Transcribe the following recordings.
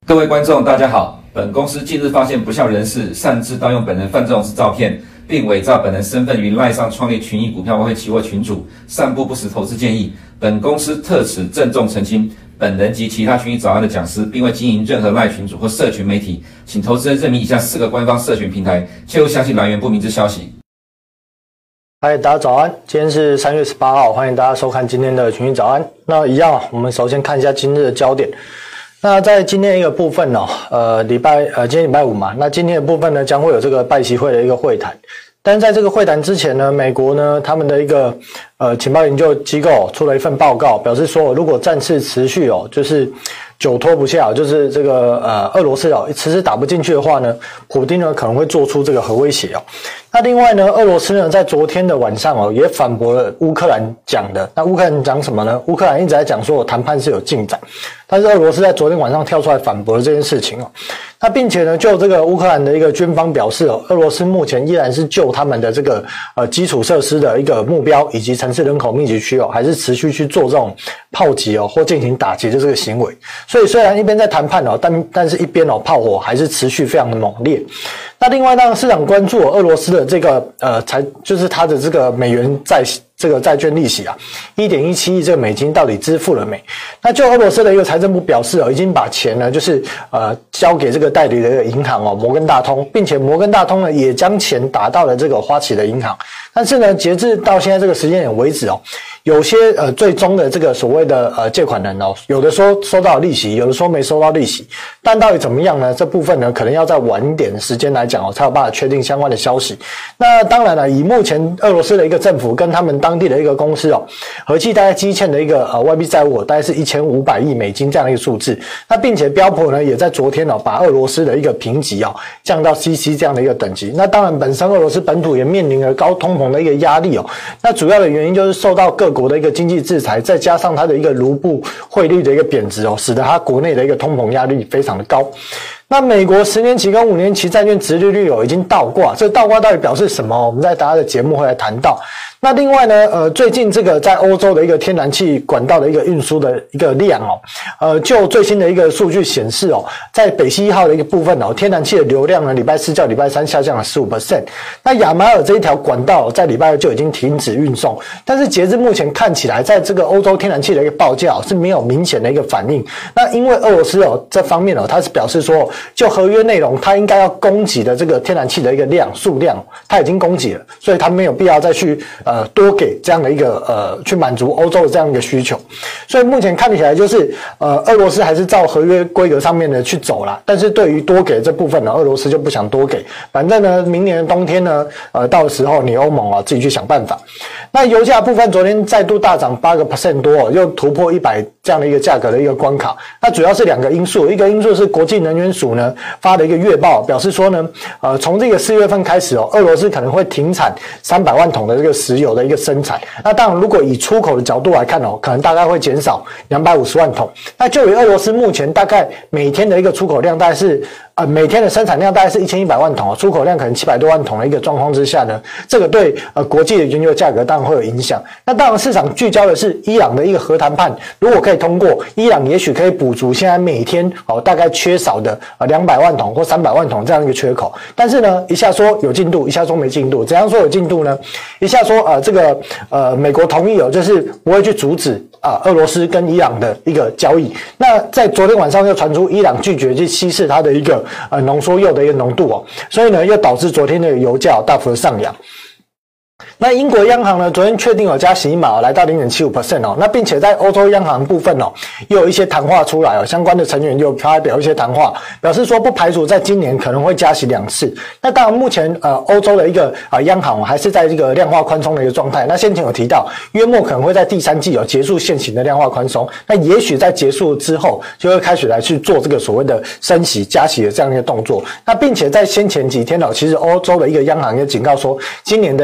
各位观众，大家好。本公司近日发现不肖人士擅自盗用本人范仲式照片，并伪造本人身份于 LINE 上创立群益股票外汇期货群组，散布不实投资建议。本公司特此郑重澄清，本人及其他群益早安的讲师，并未经营任何 LINE 群组或社群媒体，请投资人认明以下4个官方社群平台，切勿相信来源不明之消息。 嗨，大家早安！今天是3月18号，欢迎大家收看今天的群益早安。那一样，我们首先看一下今日的焦点。那在今天一个部分今天礼拜五嘛，那今天的部分呢，将会有这个拜习会的一个会谈。但是在这个会谈之前呢，美国呢他们的一个情报研究机构出了一份报告，表示说如果战事持续就是久拖不下，就是这个俄罗斯迟迟打不进去的话呢，普丁呢可能会做出这个核威胁那另外呢，俄罗斯呢在昨天的晚上也反驳了乌克兰讲的。那乌克兰讲什么呢？乌克兰一直在讲说谈判是有进展，但是俄罗斯在昨天晚上跳出来反驳了这件事情那并且呢，就这个乌克兰的一个军方表示俄罗斯目前依然是就他们的这个基础设施的一个目标以及城市人口密集区还是持续去做这种炮击或进行打击的这个行为。所以虽然一边在谈判但是一边炮火还是持续非常的猛烈。那另外让市场关注俄罗斯的这个就是它的这个美元债券利息1.17亿这个美金到底支付了没？那就俄罗斯的一个财政部表示已经把钱呢就是交给这个代理的一个银行摩根大通，并且摩根大通呢也将钱打到了这个花旗的银行。但是呢，截至到现在这个时间点为止有些最终的这个所谓的借款人有的说收到利息，有的说没收到利息，但到底怎么样呢？这部分呢可能要再晚一点的时间来讲才有办法确定相关的消息。那当然了，以目前俄罗斯的一个政府跟他们当地的一个公司合计大概积欠的一个外币债务大概是1500亿美金这样的一个数字。那并且标普呢也在昨天把俄罗斯的一个评级降到 CC 这样的一个等级。那当然本身俄罗斯本土也面临了高通膨的一个压力那主要的原因就是受到各国的一个经济制裁，再加上它的一个卢布汇率的一个贬值使得它国内的一个通膨压力非常的高。那美国10年期跟5年期债券殖利率已经倒挂，这倒挂到底表示什么？我们在大家的节目会来谈到。那另外呢，最近这个在欧洲的一个天然气管道的一个运输的一个量就最新的一个数据显示在北溪1号的一个部分天然气的流量呢，礼拜4较礼拜3下降了 15%。那亚马尔这一条管道在礼拜2就已经停止运送，但是截至目前看起来，在这个欧洲天然气的一个报价是没有明显的一个反应。那因为俄罗斯这方面它是表示说，就合约内容它应该要供给的这个天然气的一个数量它已经供给了，所以它没有必要再去多给这样的一个去满足欧洲的这样一个需求。所以目前看起来就是俄罗斯还是照合约规格上面的去走啦，但是对于多给这部分呢，俄罗斯就不想多给。反正呢，明年的冬天呢到时候你欧盟自己去想办法。那油价部分昨天再度大涨8% 多又突破100这样的一个价格的一个关卡。那主要是2个因素，一个因素是国际能源署呢发了一个月报，表示说呢从这个4月份开始俄罗斯可能会停产300万桶的这个石油的一个生产。那当然如果以出口的角度来看可能大概会减少250万桶。那就以俄罗斯目前大概每天的一个出口量大概是每天的生产量大概是1100万桶出口量可能700多万桶的一个状况之下呢，这个对国际的原油价格当然会有影响。那当然市场聚焦的是伊朗的一个核谈判，如果可以通过，伊朗也许可以补足现在每天大概缺少的200万桶或300万桶这样一个缺口。但是呢，一下说有进度，一下说没进度。怎样说有进度呢？一下说这个美国同意就是不会去阻止俄罗斯跟伊朗的一个交易。那在昨天晚上又传出伊朗拒绝去稀释它的一个浓缩铀的一个浓度所以呢又导致昨天的油价大幅的上扬。那英国央行呢，昨天确定有加息一码来到 0.75% 那并且在欧洲央行部分又有一些谈话出来相关的成员就发表一些谈话，表示说不排除在今年可能会加息2次。那当然目前欧洲的一个央行还是在这个量化宽松的一个状态。那先前有提到约莫可能会在第3季结束现行的量化宽松，那也许在结束之后就会开始来去做这个所谓的升息加息的这样一个动作。那并且在先前几天其实欧洲的一个央行也警告说，今年的一个欧洲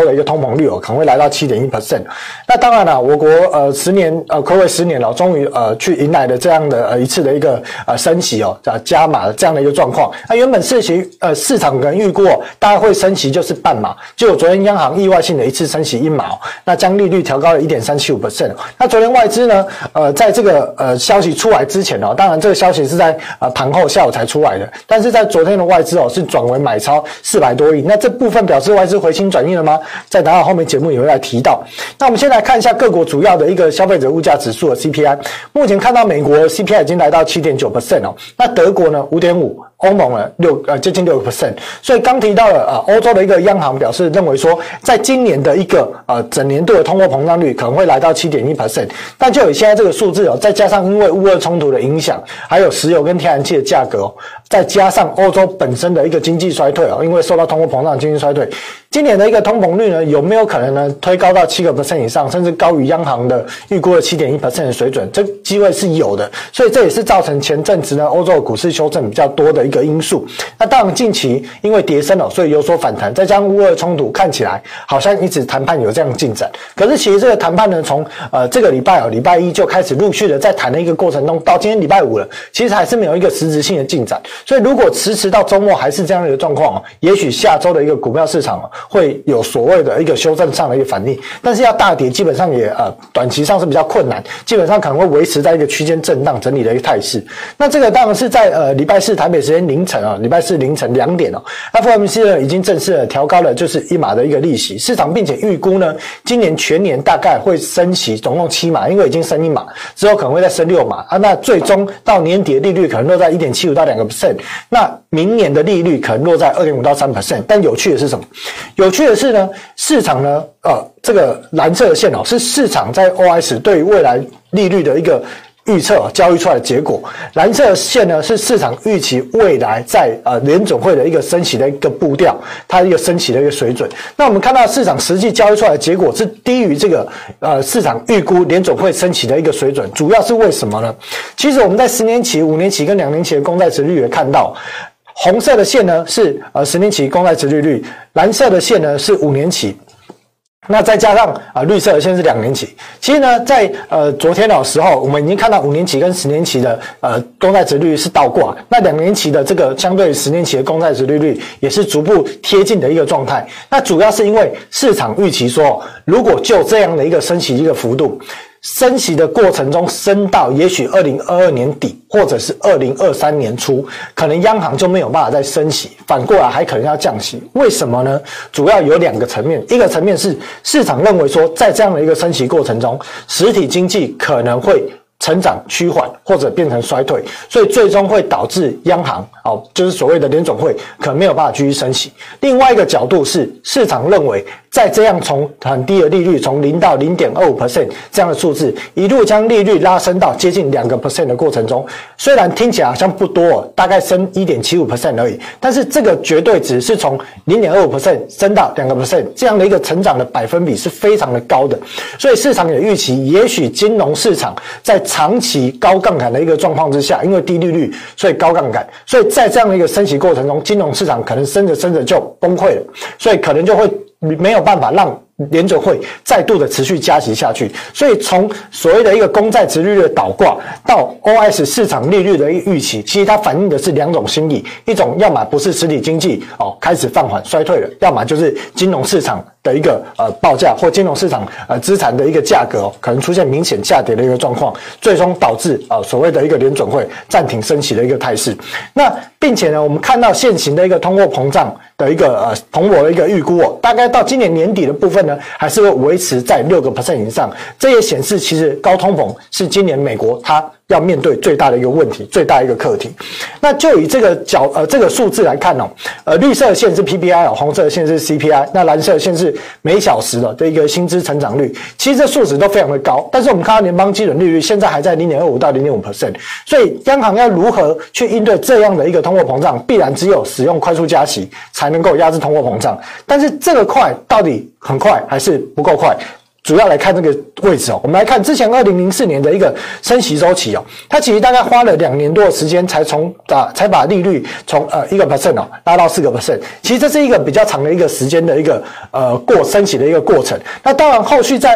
洲的一个通膨率可能会来到 7.1%。那当然了，我国10年睽违10年了，终于去迎来了这样的一次的一个升息加码这样的一个状况。那原本市场可能预估大概会升息就是半码，结果昨天央行意外性的一次升息1码那将利率调高了 1.375%。那昨天外资呢在这个消息出来之前当然这个消息是在盘后下午才出来的，但是在昨天的外资是转为买超400多亿。那这部分表示外资回心转意了吗？在等到后面节目也会来提到。那我们先来看一下各国主要的一个消费者物价指数的 CPI。目前看到美国 CPI 已经来到 7.9%那德国呢 5.5%，欧盟呢接近 6%。所以刚提到了欧洲的一个央行表示认为说，在今年的一个整年度的通货膨胀率可能会来到 7.1%。但就以现在这个数字再加上因为乌俄冲突的影响，还有石油跟天然气的价格再加上欧洲本身的一个经济衰退因为受到通货膨胀的经济衰退，今年的一个通膨率呢有没有可能呢推高到 7% 以上，甚至高于央行的预估的 7.1% 的水准？这机会是有的。所以这也是造成前阵子呢欧洲的股市修正比较多的一个因素。那当然近期因为跌升所以有所反弹，再加上乌俄冲突看起来好像一直谈判有这样进展。可是其实这个谈判呢从这个礼拜一就开始陆续的在谈的一个过程中，到今天礼拜五了，其实还是没有一个实质性的进展。所以如果迟到周末还是这样的一个状况也许下周的一个股票市场会有所谓的一个修正上的一个反应，但是要大跌基本上也短期上是比较困难，基本上可能会维持在一个区间震荡整理的一个态势。那这个当然是在礼拜四台北时间凌晨礼拜四凌晨2点FOMC 呢已经正式调高了就是1码的一个利息，市场并且预估呢今年全年大概会升息总共7码，因为已经升1码之后可能会再升6码那最终到年底的利率可能落在 1.75 到 2%， 那明年的利率可能落在 2.5 到 3%。 但有趣的是什么？有趣的是呢市场呢这个蓝色的线是市场在 OIS 对于未来利率的一个预测交易出来的结果，蓝色的线呢是市场预期未来在联准会的一个升息的一个步调，它一个升息的一个水准。那我们看到市场实际交易出来的结果是低于这个市场预估联准会升息的一个水准，主要是为什么呢？其实我们在10年期、5年期跟2年期的公债殖利率也看到，红色的线呢是10年期公债殖利率，蓝色的线呢是5年期。那再加上绿色的线是2年期。其实呢在昨天的时候我们已经看到5年期跟10年期的公债殖利率是倒挂，那2年期的这个相对于10年期的公债殖利率也是逐步贴近的一个状态。那主要是因为市场预期说，如果就这样的一个升息一个幅度，升息的过程中升到也许2022年底或者是2023年初，可能央行就没有办法再升息，反过来还可能要降息。为什么呢？主要有2个层面，一个层面是市场认为说，在这样的一个升息过程中，实体经济可能会成长趋缓或者变成衰退，所以最终会导致央行就是所谓的联准会可能没有办法继续升息。另外一个角度是市场认为，在这样从很低的利率从0到 0.25% 这样的数字一路将利率拉升到接近 2% 的过程中，虽然听起来好像不多大概升 1.75% 而已，但是这个绝对值是从 0.25% 升到 2%， 这样的一个成长的百分比是非常的高的。所以市场也预期，也许金融市场在长期高杠杆的一个状况之下，因为低利率所以高杠杆，所以在这样的一个升息过程中，金融市场可能升着就崩溃了，所以可能就会没有办法让联准会再度的持续加息下去。所以从所谓的一个公债殖利率的倒挂到 OIS 市场利率的预期，其实它反映的是2种心理，一种要么不是实体经济开始放缓衰退了，要么就是金融市场的一个报价或金融市场资产的一个价格可能出现明显下跌的一个状况，最终导致所谓的一个联准会暂停升息的一个态势。那并且呢，我们看到现行的一个通货膨胀的一个蓬勃的一个预估大概到今年年底的部分呢，还是会维持在 6% 以上。这也显示其实高通膨是今年美国它要面对最大的一个问题，最大的一个课题。那就以这个数字来看绿色的线是 PPI 红色的线是 CPI， 那蓝色的线是每小时的一个薪资成长率。其实这数值都非常的高，但是我们看到联邦基准利率现在还在 0.25 到 0.5%， 所以央行要如何去应对这样的一个通货膨胀，必然只有使用快速加息才能够压制通货膨胀。但是这个快到底很快还是不够快？ 主要来看这个位置哦，我们来看之前2004年的一个升息周期哦，它其实大概花了2年多的时间才把利率从1% 哦拉到4%，其实这是一个比较长的一个时间的一个升息的一个过程。那当然后续在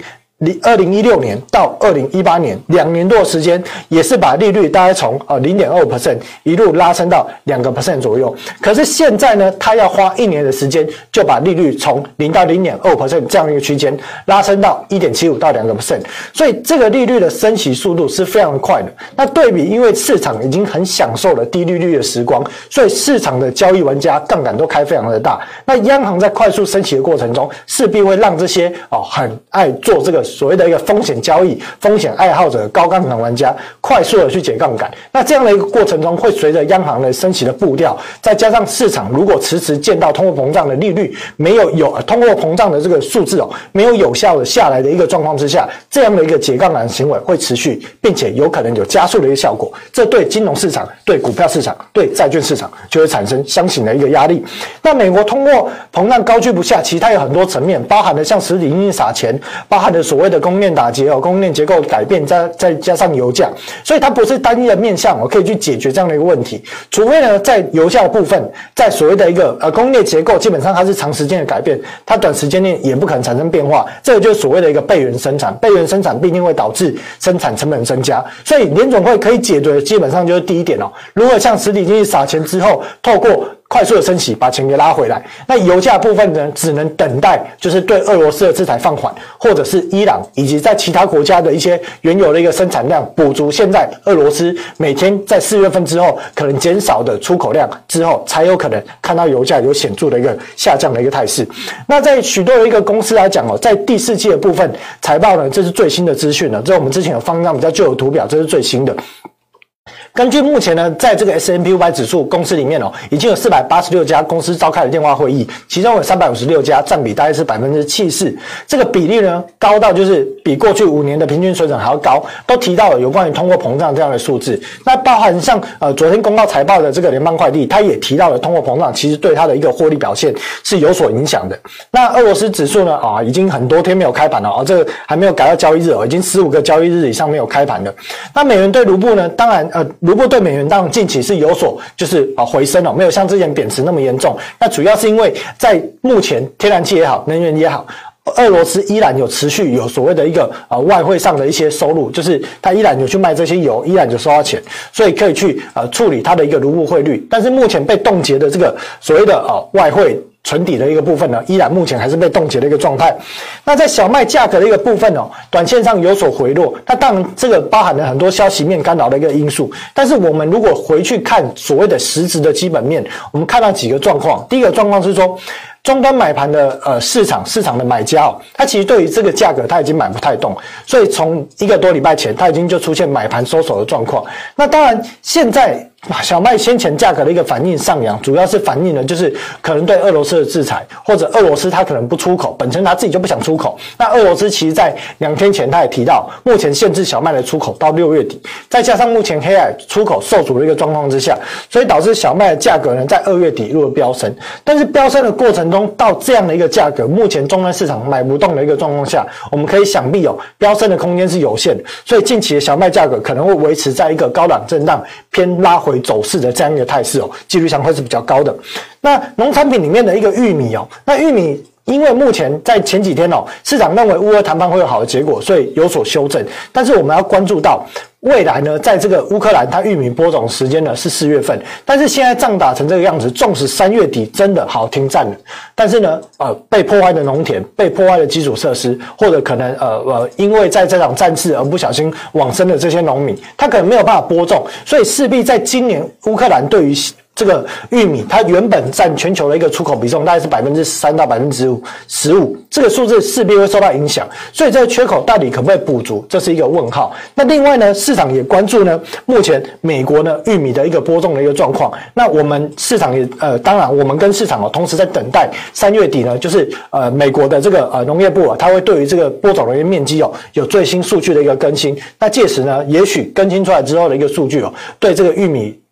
2016年到2018年2年多的时间，也是把利率大概从0.25% 一路拉升到2% 左右。可是现在呢，它要花1年的时间，就把利率从0到0.25% 这样一个区间拉升到1.75到2%。所以这个利率的升息速度是非常快的。那对比，因为市场已经很享受了低利率的时光，所以市场的交易玩家杠杆都开非常的大。那央行在快速升息的过程中，势必会让这些很爱做这个所谓的一个风险交易、风险爱好者、高杠杆玩家快速的去解杠杆。那这样的一个过程中，会随着央行的升息的步调，再加上市场如果迟迟见到通货膨胀的利率没有通货膨胀的这个数字没有有效的下来的一个状况之下，这样的一个解杠杆行为会持续，并且有可能有加速的一个效果。这对金融市场、对股票市场、对债券市场就会产生相形的一个压力。那美国通货膨胀高居不下，其实它有很多层面，包含了像实体经济撒钱，包含了所谓的供应链打结供应链结构改变，再加上油价，所以它不是单一的面向可以去解决这样的一个问题。除非呢，在油价的部分，在所谓的一个供应链结构，基本上它是长时间的改变，它短时间内也不可能产生变化。这个就是所谓的一个备源生产，备源生产必定会导致生产成本增加。所以联总会可以解决的，基本上就是第一点如何向实体经济撒钱之后，透过快速的升息把钱给拉回来。那油价部分呢，只能等待就是对俄罗斯的制裁放缓，或者是伊朗以及在其他国家的一些原油的一个生产量补足现在俄罗斯每天在4月份之后可能减少的出口量之后，才有可能看到油价有显著的一个下降的一个态势。那在许多的一个公司来讲在第4季的部分财报呢，这是最新的资讯了，这我们之前有放一张比较旧的图表，这是最新的。根据目前呢，在这个 S&P 500指数公司里面已经有486家公司召开了电话会议，其中有356家，占比大概是 74%。这个比例呢，高到就是比过去5年的平均水准还要高，都提到了有关于通货膨胀这样的数字。那包含像昨天公告财报的这个联邦快递，它也提到了通货膨胀其实对它的一个获利表现是有所影响的。那俄罗斯指数呢已经很多天没有开盘了这个还没有改到交易日已经15个交易日以上没有开盘了。那美元对卢布呢，当然卢布对美元当然近期是有所就是回升没有像之前贬值那么严重。那主要是因为在目前天然气也好，能源也好，俄罗斯依然有持续有所谓的一个外汇上的一些收入，就是它依然有去卖这些油，依然有收到钱，所以可以去处理它的一个卢布汇率。但是目前被冻结的这个所谓的外汇存底的一个部分呢，依然目前还是被冻结的一个状态。那在小麦价格的一个部分短线上有所回落，那当然这个包含了很多消息面干扰的一个因素。但是我们如果回去看所谓的实质的基本面，我们看到几个状况。第一个状况是说，终端买盘的市场的买家他其实对于这个价格他已经买不太动，所以从1个多礼拜前他已经就出现买盘收手的状况。那当然现在小麦先前价格的一个反应上扬，主要是反映了就是可能对俄罗斯的制裁，或者俄罗斯他可能不出口，本身他自己就不想出口。那俄罗斯其实在2天前他也提到，目前限制小麦的出口到6月底，再加上目前黑海出口受阻的一个状况之下，所以导致小麦的价格呢在2月底一路飙升。但是飙升的过程中，到这样的一个价格，目前终端市场买不动的一个状况下，我们可以想必飙升的空间是有限的，所以近期的小麦价格可能会维持在一个高档震荡偏拉回走势的这样一个态势几率上会是比较高的。那农产品里面的一个玉米那玉米因为目前在前几天市场认为乌俄谈判会有好的结果，所以有所修正。但是我们要关注到未来呢，在这个乌克兰它玉米播种时间呢是4月份，但是现在仗打成这个样子，纵使3月底真的好停战了，但是呢被破坏的农田，被破坏的基础设施，或者可能因为在这场战事而不小心往生的这些农民，他可能没有办法播种，所以势必在今年乌克兰对于这个玉米它原本占全球的一个出口比重大概是 13% 到 15%， 这个数字势必会受到影响，所以这个缺口到底可不可以补足，这是一个问号。那另外呢，市场也关注呢目前美国呢玉米的一个播种的一个状况。那我们市场也当然我们跟市场同时在等待3月底呢，就是美国的这个农业部它会对于这个播种的一个面积有最新数据的一个更新。那届时呢，也许更新出来之后的一个数据对这个玉米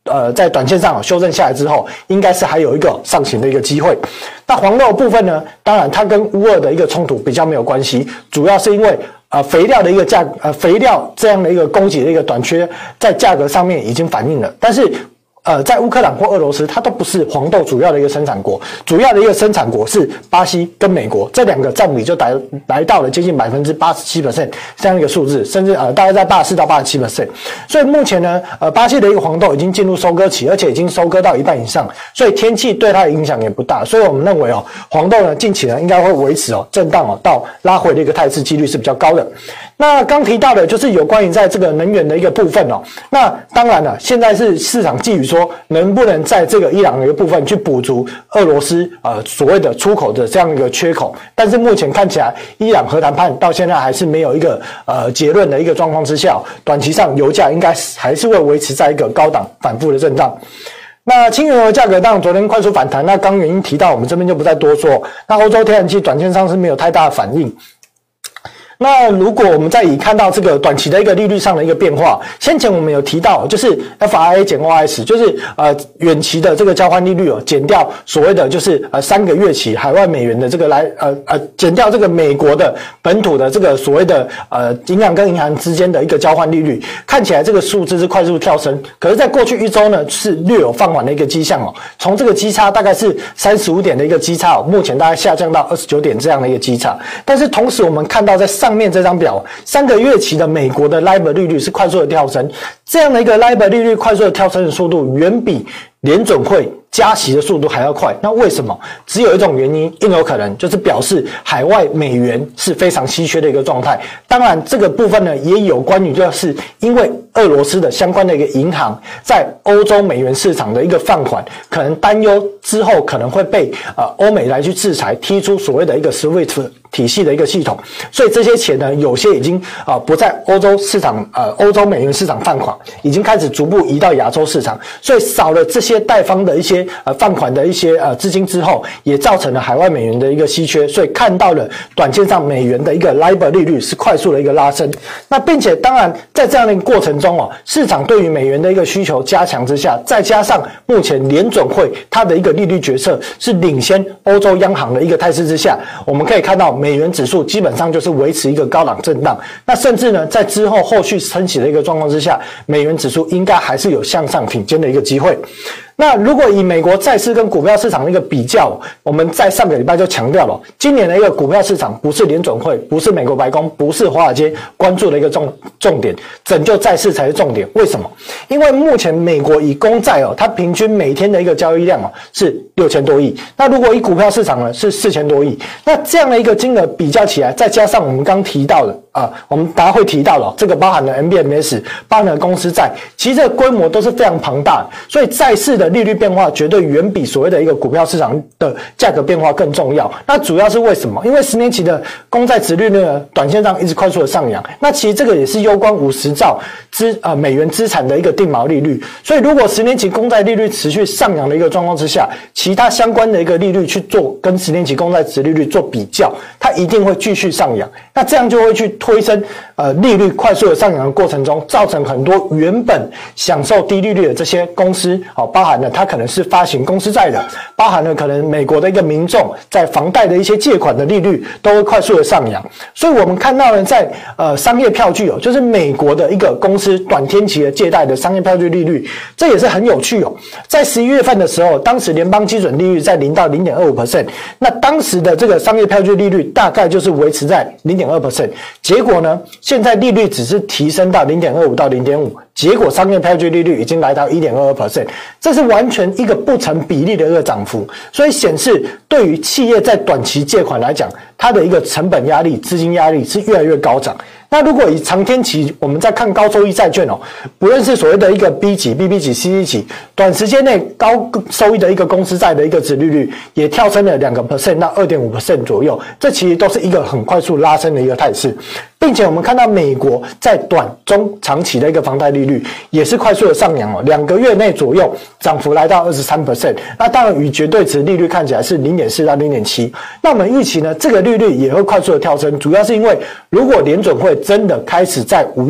在短线上修正下来之后，应该是还有一个上行的一个机会。那黄豆部分呢，当然它跟乌俄的一个冲突比较没有关系，主要是因为肥料的一个肥料这样的一个供给的一个短缺，在价格上面已经反映了，但是在乌克兰或俄罗斯，它都不是黄豆主要的一个生产国，主要的一个生产国是巴西跟美国，这两个占比就来到了接近87%这样一个数字，甚至大概在84%到87%。所以目前呢，巴西的一个黄豆已经进入收割期，而且已经收割到一半以上，所以天气对它的影响也不大。所以我们认为黄豆呢近期呢应该会维持震荡到拉回的一个态势，几率是比较高的。那刚提到的就是有关于在这个能源的一个部分那当然了，现在是市场寄予说能不能在这个伊朗的一个部分去补足俄罗斯所谓的出口的这样一个缺口，但是目前看起来伊朗核谈判到现在还是没有一个结论的一个状况之下，短期上油价应该还是会维持在一个高档反复的震荡。那轻原油价格当然昨天快速反弹，那刚原因提到，我们这边就不再多说。那欧洲天然气短线上是没有太大的反应。那如果我们再以看到这个短期的一个利率上的一个变化，先前我们有提到，就是 FRA 减 OIS， 就是远期的这个交换利率减掉所谓的就是3个月期海外美元的这个减掉这个美国的本土的这个所谓的银行跟银行之间的一个交换利率，看起来这个数字是快速跳升，可是在过去一周呢是略有放缓的一个迹象从这个基差大概是35点的一个基差目前大概下降到29点这样的一个基差，但是同时我们看到在上面这张表3个月期的美国的 LIBOR 利率是快速的跳升，这样的一个 LIBOR 利率快速的跳升的速度远比联准会加息的速度还要快，那为什么？只有一种原因，应有可能就是表示海外美元是非常稀缺的一个状态。当然这个部分呢也有关于就是因为俄罗斯的相关的一个银行在欧洲美元市场的一个放款，可能担忧之后可能会被欧美来去制裁，踢出所谓的一个 SWIFT 体系的一个系统，所以这些钱呢有些已经不在欧洲市场欧洲美元市场放款，已经开始逐步移到亚洲市场，所以少了这些贷方的一些放款的一些资金之后，也造成了海外美元的一个稀缺，所以看到了短线上美元的一个 LIBOR 利率是快速的一个拉升。那并且当然在这样的一个过程中市场对于美元的一个需求加强之下，再加上目前联准会它的一个利率决策是领先欧洲央行的一个态势之下，我们可以看到美元指数基本上就是维持一个高档震荡，那甚至呢在之后后续升息的一个状况之下，美元指数应该还是有向上挺肩的一个机会。那如果以美国债市跟股票市场的一个比较，我们在上个礼拜就强调了，今年的一个股票市场不是联准会，不是美国白宫，不是华尔街关注的一个重点，拯救债市才是重点。为什么？因为目前美国以公债它平均每天的一个交易量是6000多亿，那如果以股票市场呢是4000多亿，那这样的一个金额比较起来，再加上我们刚提到的我们大家会提到了这个包含了 MBMS 包含了公司债，其实这个规模都是非常庞大的，所以债市的利率变化绝对远比所谓的一个股票市场的价格变化更重要。那主要是为什么？因为10年期的公债殖利率呢短线上一直快速的上扬，那其实这个也是攸关50兆美元资产的一个定锚利率，所以如果10年期公债利率持续上扬的一个状况之下，其他相关的一个利率去做跟10年期公债殖利率做比较，它一定会继续上扬，那这样就会去推升利率快速的上扬的过程中，造成很多原本享受低利率的这些公司包含了它可能是发行公司债的，包含了可能美国的一个民众在房贷的一些借款的利率都会快速的上扬。所以我们看到呢在商业票据就是美国的一个公司短天期的借贷的商业票据利率，这也是很有趣在11月份的时候，当时联邦基准利率在0到 0.25%， 那当时的这个商业票据利率大概就是维持在 0.2%， 结果呢现在利率只是提升到 0.25 到 0.5， 结果商业票据利率已经来到 1.22%， 这是完全一个不成比例的一个涨幅，所以显示对于企业在短期借款来讲，它的一个成本压力、资金压力是越来越高涨。那如果以长天期，我们在看高收益债券不论是所谓的一个 B 级、BB 级、CC 级，短时间内高收益的一个公司债的一个殖利率也跳升了2% 到 2.5% 左右，这其实都是一个很快速拉升的一个态势。并且我们看到美国在短中长期的一个房贷利率也是快速的上扬2个月内左右涨幅来到 23%， 那当然与绝对值利率看起来是 0.4 到 0.7， 那我们预期呢这个利率也会快速的跳升，主要是因为如果联准会真的开始在5月份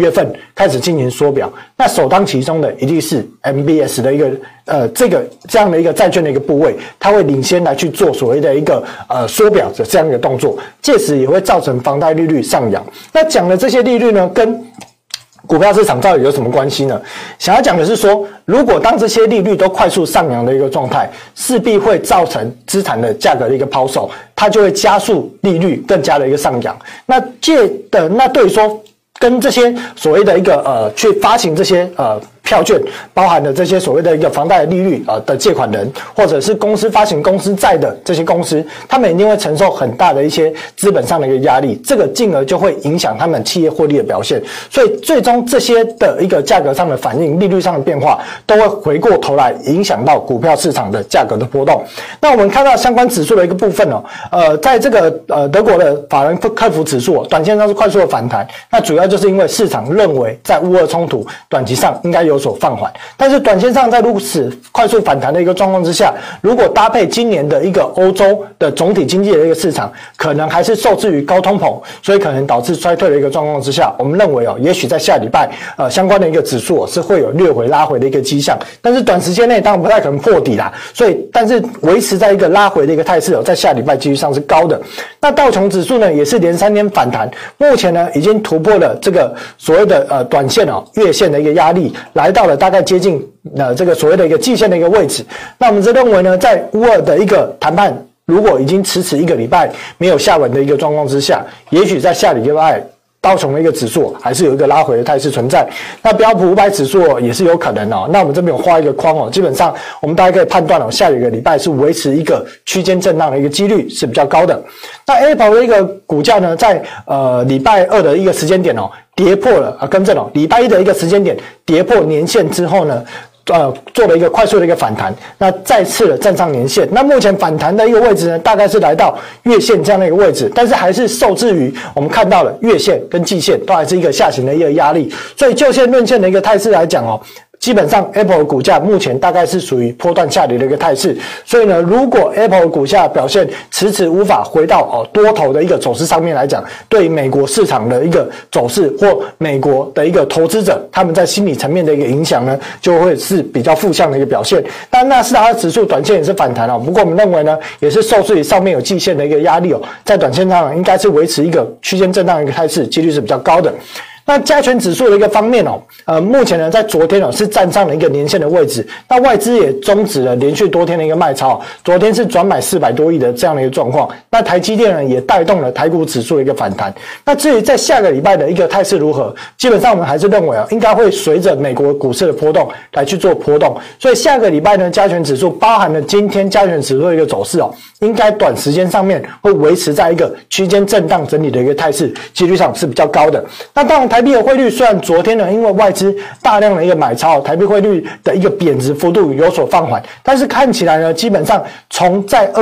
开始进行缩表。那首当其冲的一定是 MBS 的一个这样的一个债券的一个部位，它会领先来去做所谓的一个缩表的这样一个动作，届时也会造成房贷利率上扬。那讲的这些利率呢，跟股票市场到底有什么关系呢？想要讲的是说，如果当这些利率都快速上扬的一个状态，势必会造成资产的价格的一个抛售，它就会加速利率更加的一个上扬。那对于说跟这些所谓的一个去发行这些票券包含的这些所谓的一个房贷利率的借款人，或者是公司发行公司债的这些公司，他们一定会承受很大的一些资本上的一个压力，这个进而就会影响他们企业获利的表现。所以最终这些的一个价格上的反应，利率上的变化，都会回过头来影响到股票市场的价格的波动。那我们看到相关指数的一个部分在这个德国的法兰克福指数短线上是快速的反弹，那主要就是因为市场认为在乌俄冲突短期上应该有所放缓，但是短线上在如此快速反弹的一个状况之下，如果搭配今年的一个欧洲的总体经济的一个市场，可能还是受制于高通膨，所以可能导致衰退的一个状况之下，我们认为也许在下礼拜相关的一个指数是会有略回拉回的一个迹象，但是短时间内当然不太可能破底啦，所以但是维持在一个拉回的一个态势在下礼拜几率上是高的。那道琼指数呢也是连3天反弹，目前呢已经突破了这个所谓的短线月线的一个压力，来到了大概接近这个所谓的一个季线的一个位置。那我们是认为呢，在乌俄的一个谈判如果已经迟1个礼拜没有下文的一个状况之下，也许在下礼拜道琼的一个指数还是有一个拉回的态势存在。那标普500指数也是有可能那我们这边有画一个框基本上我们大概可以判断下一个礼拜是维持一个区间震荡的一个几率是比较高的。那 Apple 的一个股价呢，在礼拜2的一个时间点跌破了更正礼拜1的一个时间点跌破年线之后呢，做了一个快速的一个反弹，那再次的站上年线。那目前反弹的一个位置呢，大概是来到月线这样的一个位置，但是还是受制于我们看到了月线跟季线都还是一个下行的一个压力。所以就线论线的一个态势来讲基本上 Apple 的股价目前大概是属于波段下跌的一个态势，所以呢，如果 Apple 的股价表现迟迟无法回到多头的一个走势上面来讲，对美国市场的一个走势或美国的一个投资者他们在心理层面的一个影响呢，就会是比较负向的一个表现。但纳斯达克指数短线也是反弹不过我们认为呢，也是受制于上面有季线的一个压力在短线上应该是维持一个区间震荡的一个态势，几率是比较高的。那加权指数的一个方面目前呢在昨天是站上了一个年线的位置，那外资也终止了连续多天的一个卖超，昨天是转买400多亿的这样的一个状况。那台积电呢也带动了台股指数的一个反弹。那至于在下个礼拜的一个态势如何，基本上我们还是认为应该会随着美国股市的波动来去做波动，所以下个礼拜呢加权指数包含了今天加权指数的一个走势应该短时间上面会维持在一个区间震荡整理的一个态势，几率上是比较高的。那当然台币的汇率虽然昨天呢因为外资大量的一个买超，台币汇率的一个贬值幅度有所放缓，但是看起来呢基本上从在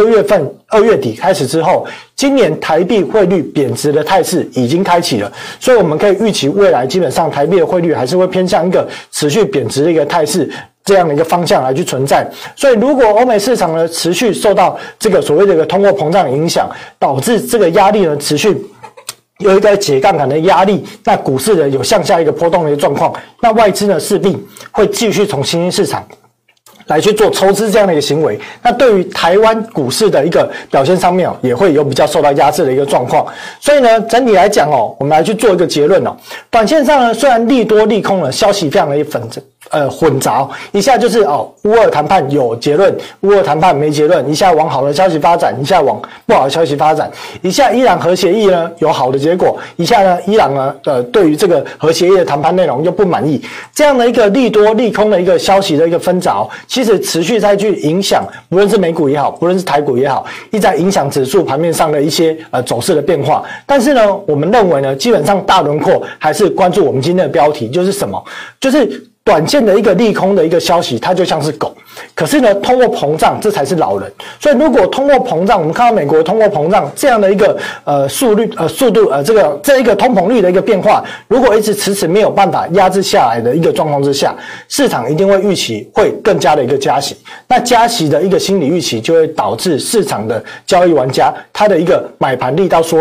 2月底开始之后，今年台币汇率贬值的态势已经开启了，所以我们可以预期未来基本上台币的汇率还是会偏向一个持续贬值的一个态势这样的一个方向来去存在。所以如果欧美市场呢持续受到这个所谓的一个通货膨胀的影响，导致这个压力呢持续有一个解杠杆的压力，那股市呢有向下一个波动的一个状况，那外资呢势必会继续从新兴市场来去做筹资这样的一个行为，那对于台湾股市的一个表现上面也会有比较受到压制的一个状况。所以呢整体来讲我们来去做一个结论短线上呢虽然利多利空的消息非常的混杂，一下就是乌俄谈判有结论，乌俄谈判没结论，一下往好的消息发展，一下往不好的消息发展，一下伊朗核协议呢有好的结果，一下呢伊朗呢对于这个核协议的谈判内容又不满意，这样的一个利多利空的一个消息的一个纷杂其实持续在去影响，不论是美股也好，不论是台股也好，一直在影响指数盘面上的一些走势的变化。但是呢我们认为呢基本上大轮廓还是关注我们今天的标题，就是什么，就是短线的一个利空的一个消息，它就像是狗，可是呢通货膨胀这才是老人。所以如果通货膨胀，我们看到美国通货膨胀这样的一个速度这一个通膨率的一个变化，如果一直迟迟没有办法压制下来的一个状况之下，市场一定会预期会更加的一个加息。那加息的一个心理预期就会导致市场的交易玩家他的一个买盘力道缩手，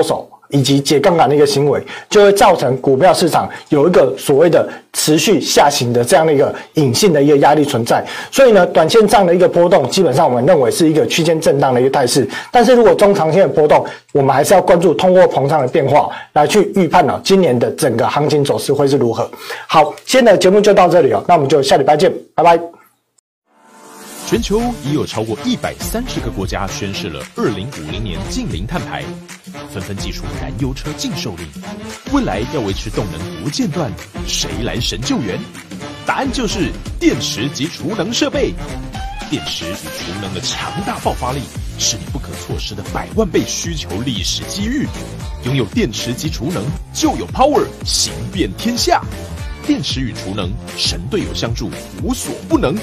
以及解杠杆的一个行为，就会造成股票市场有一个所谓的持续下行的这样的一个隐性的一个压力存在。所以呢，短线上的一个波动，基本上我们认为是一个区间震荡的一个态势。但是如果中长线的波动，我们还是要关注通货膨胀的变化，来去预判今年的整个行情走势会是如何。好，今天的节目就到这里那我们就下礼拜见，拜拜。 全球已有超过130个国家宣示了2050年净零碳排，纷纷祭出燃油车禁售令。未来要维持动能不间断，谁来神救援？答案就是电池及储能设备。电池与储能的强大爆发力，是你不可错失的100万倍需求历史机遇。拥有电池及储能，就有 power 行遍天下。电池与储能，神队友相助，无所不能。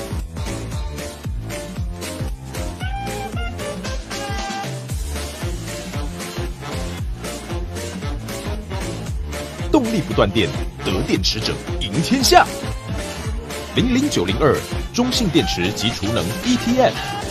动力不断电，得电池者赢天下。00902中信电池及储能 ETF。